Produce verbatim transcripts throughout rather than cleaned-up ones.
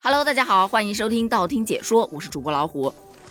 Hello， 大家好，欢迎收听道听解说，我是主播老虎。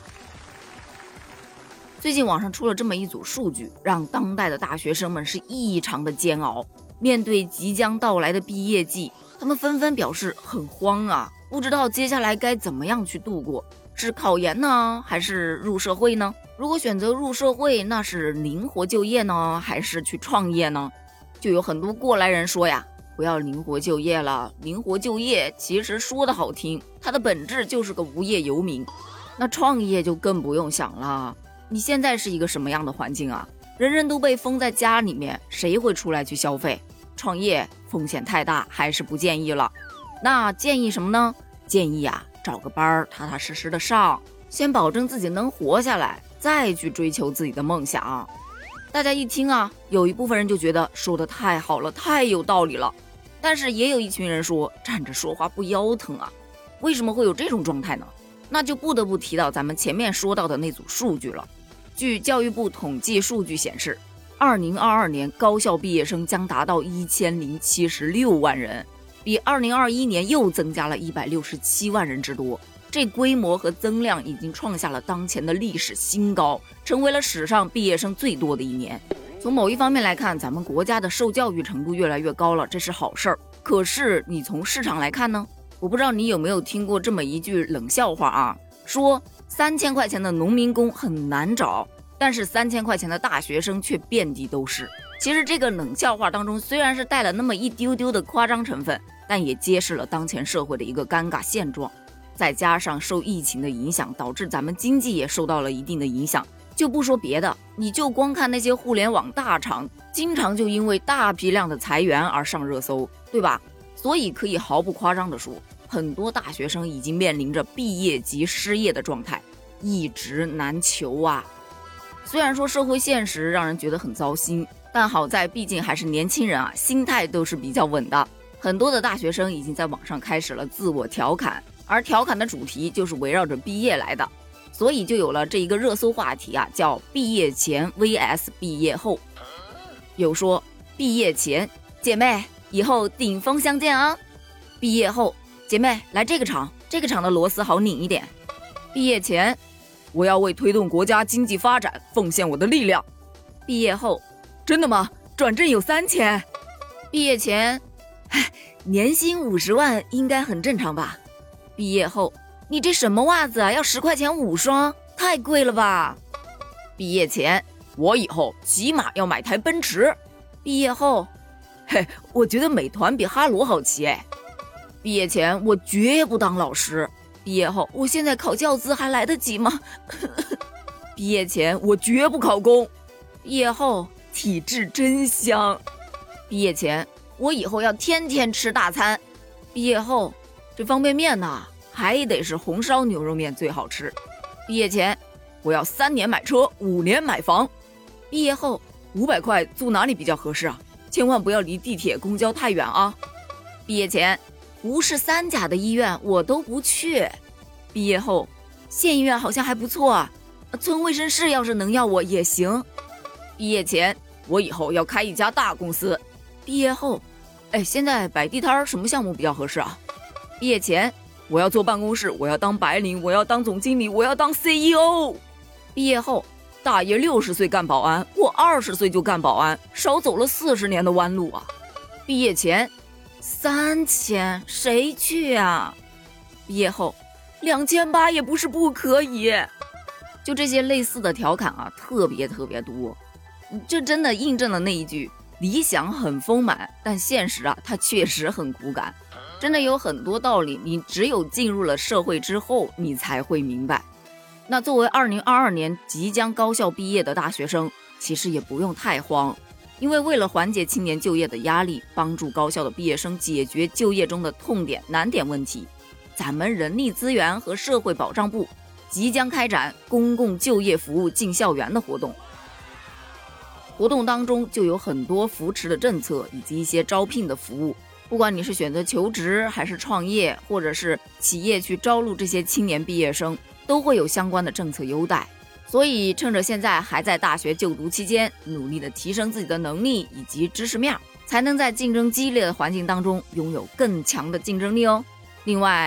最近网上出了这么一组数据，让当代的大学生们是异常的煎熬。面对即将到来的毕业季，他们纷纷表示很慌啊，不知道接下来该怎么样去度过，是考研呢，还是入社会呢？如果选择入社会，那是灵活就业呢，还是去创业呢？就有很多过来人说呀，不要灵活就业了，灵活就业其实说的好听，它的本质就是个无业游民。那创业就更不用想了，你现在是一个什么样的环境啊？人人都被封在家里面，谁会出来去消费？创业风险太大，还是不建议了。那建议什么呢？建议啊，找个班踏踏实实的上，先保证自己能活下来，再去追求自己的梦想。大家一听啊，有一部分人就觉得说的太好了，太有道理了。但是也有一群人说，站着说话不腰疼啊。为什么会有这种状态呢？那就不得不提到咱们前面说到的那组数据了。据教育部统计数据显示，二零二二年高校毕业生将达到一千零七十六万人，比二零二一年又增加了一百六十七万人之多。这规模和增量已经创下了当前的历史新高，成为了史上毕业生最多的一年。从某一方面来看，咱们国家的受教育程度越来越高了，这是好事儿。可是你从市场来看呢？我不知道你有没有听过这么一句冷笑话啊，说三千块钱的农民工很难找，但是三千块钱的大学生却遍地都是。其实这个冷笑话当中虽然是带了那么一丢丢的夸张成分，但也揭示了当前社会的一个尴尬现状。再加上受疫情的影响，导致咱们经济也受到了一定的影响。就不说别的，你就光看那些互联网大厂，经常就因为大批量的裁员而上热搜，对吧？所以可以毫不夸张地说，很多大学生已经面临着毕业即失业的状态，一职难求啊。虽然说社会现实让人觉得很糟心，但好在毕竟还是年轻人啊，心态都是比较稳的。很多的大学生已经在网上开始了自我调侃，而调侃的主题就是围绕着毕业来的，所以就有了这一个热搜话题啊，叫毕业前 V S 毕业后。有说毕业前，姐妹以后顶峰相见啊；毕业后，姐妹来这个厂，这个厂的螺丝好拧一点。毕业前，我要为推动国家经济发展奉献我的力量。毕业后，真的吗？转正有三千。毕业前，唉，年薪五十万应该很正常吧。毕业后，你这什么袜子啊？要十块钱五双，太贵了吧？毕业前，我以后起码要买台奔驰。毕业后，嘿，我觉得美团比哈罗好骑哎。毕业前，我绝不当老师。毕业后，我现在考教资还来得及吗？毕业前，我绝不考公。毕业后，体质真香。毕业前，我以后要天天吃大餐。毕业后，这方便面呢，还得是红烧牛肉面最好吃。毕业前，我要三年买车，五年买房。毕业后，五百块租哪里比较合适啊？千万不要离地铁、公交太远啊。毕业前，不是三甲的医院我都不去。毕业后，县医院好像还不错啊，村卫生室要是能要我也行。毕业前，我以后要开一家大公司。毕业后，哎，现在摆地摊什么项目比较合适啊？毕业前，我要坐办公室，我要当白领，我要当总经理，我要当 C E O。毕业后，大爷六十岁干保安，我二十岁就干保安，少走了四十年的弯路啊。毕业前，三千谁去啊？毕业后，两千八也不是不可以。就这些类似的调侃啊，特别特别多。这真的印证了那一句：理想很丰满，但现实啊，它确实很骨感。真的有很多道理，你只有进入了社会之后，你才会明白。那作为二零二二年即将高校毕业的大学生，其实也不用太慌，因为为了缓解青年就业的压力，帮助高校的毕业生解决就业中的痛点难点问题，咱们人力资源和社会保障部即将开展公共就业服务进校园的活动。活动当中就有很多扶持的政策以及一些招聘的服务，不管你是选择求职还是创业，或者是企业去招录这些青年毕业生，都会有相关的政策优待。所以趁着现在还在大学就读期间，努力的提升自己的能力以及知识面，才能在竞争激烈的环境当中拥有更强的竞争力哦。另外，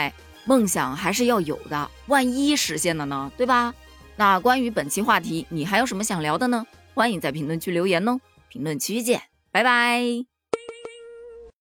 梦想还是要有的，万一实现了呢，对吧？那关于本期话题，你还有什么想聊的呢？欢迎在评论区留言哦，评论区见，拜拜。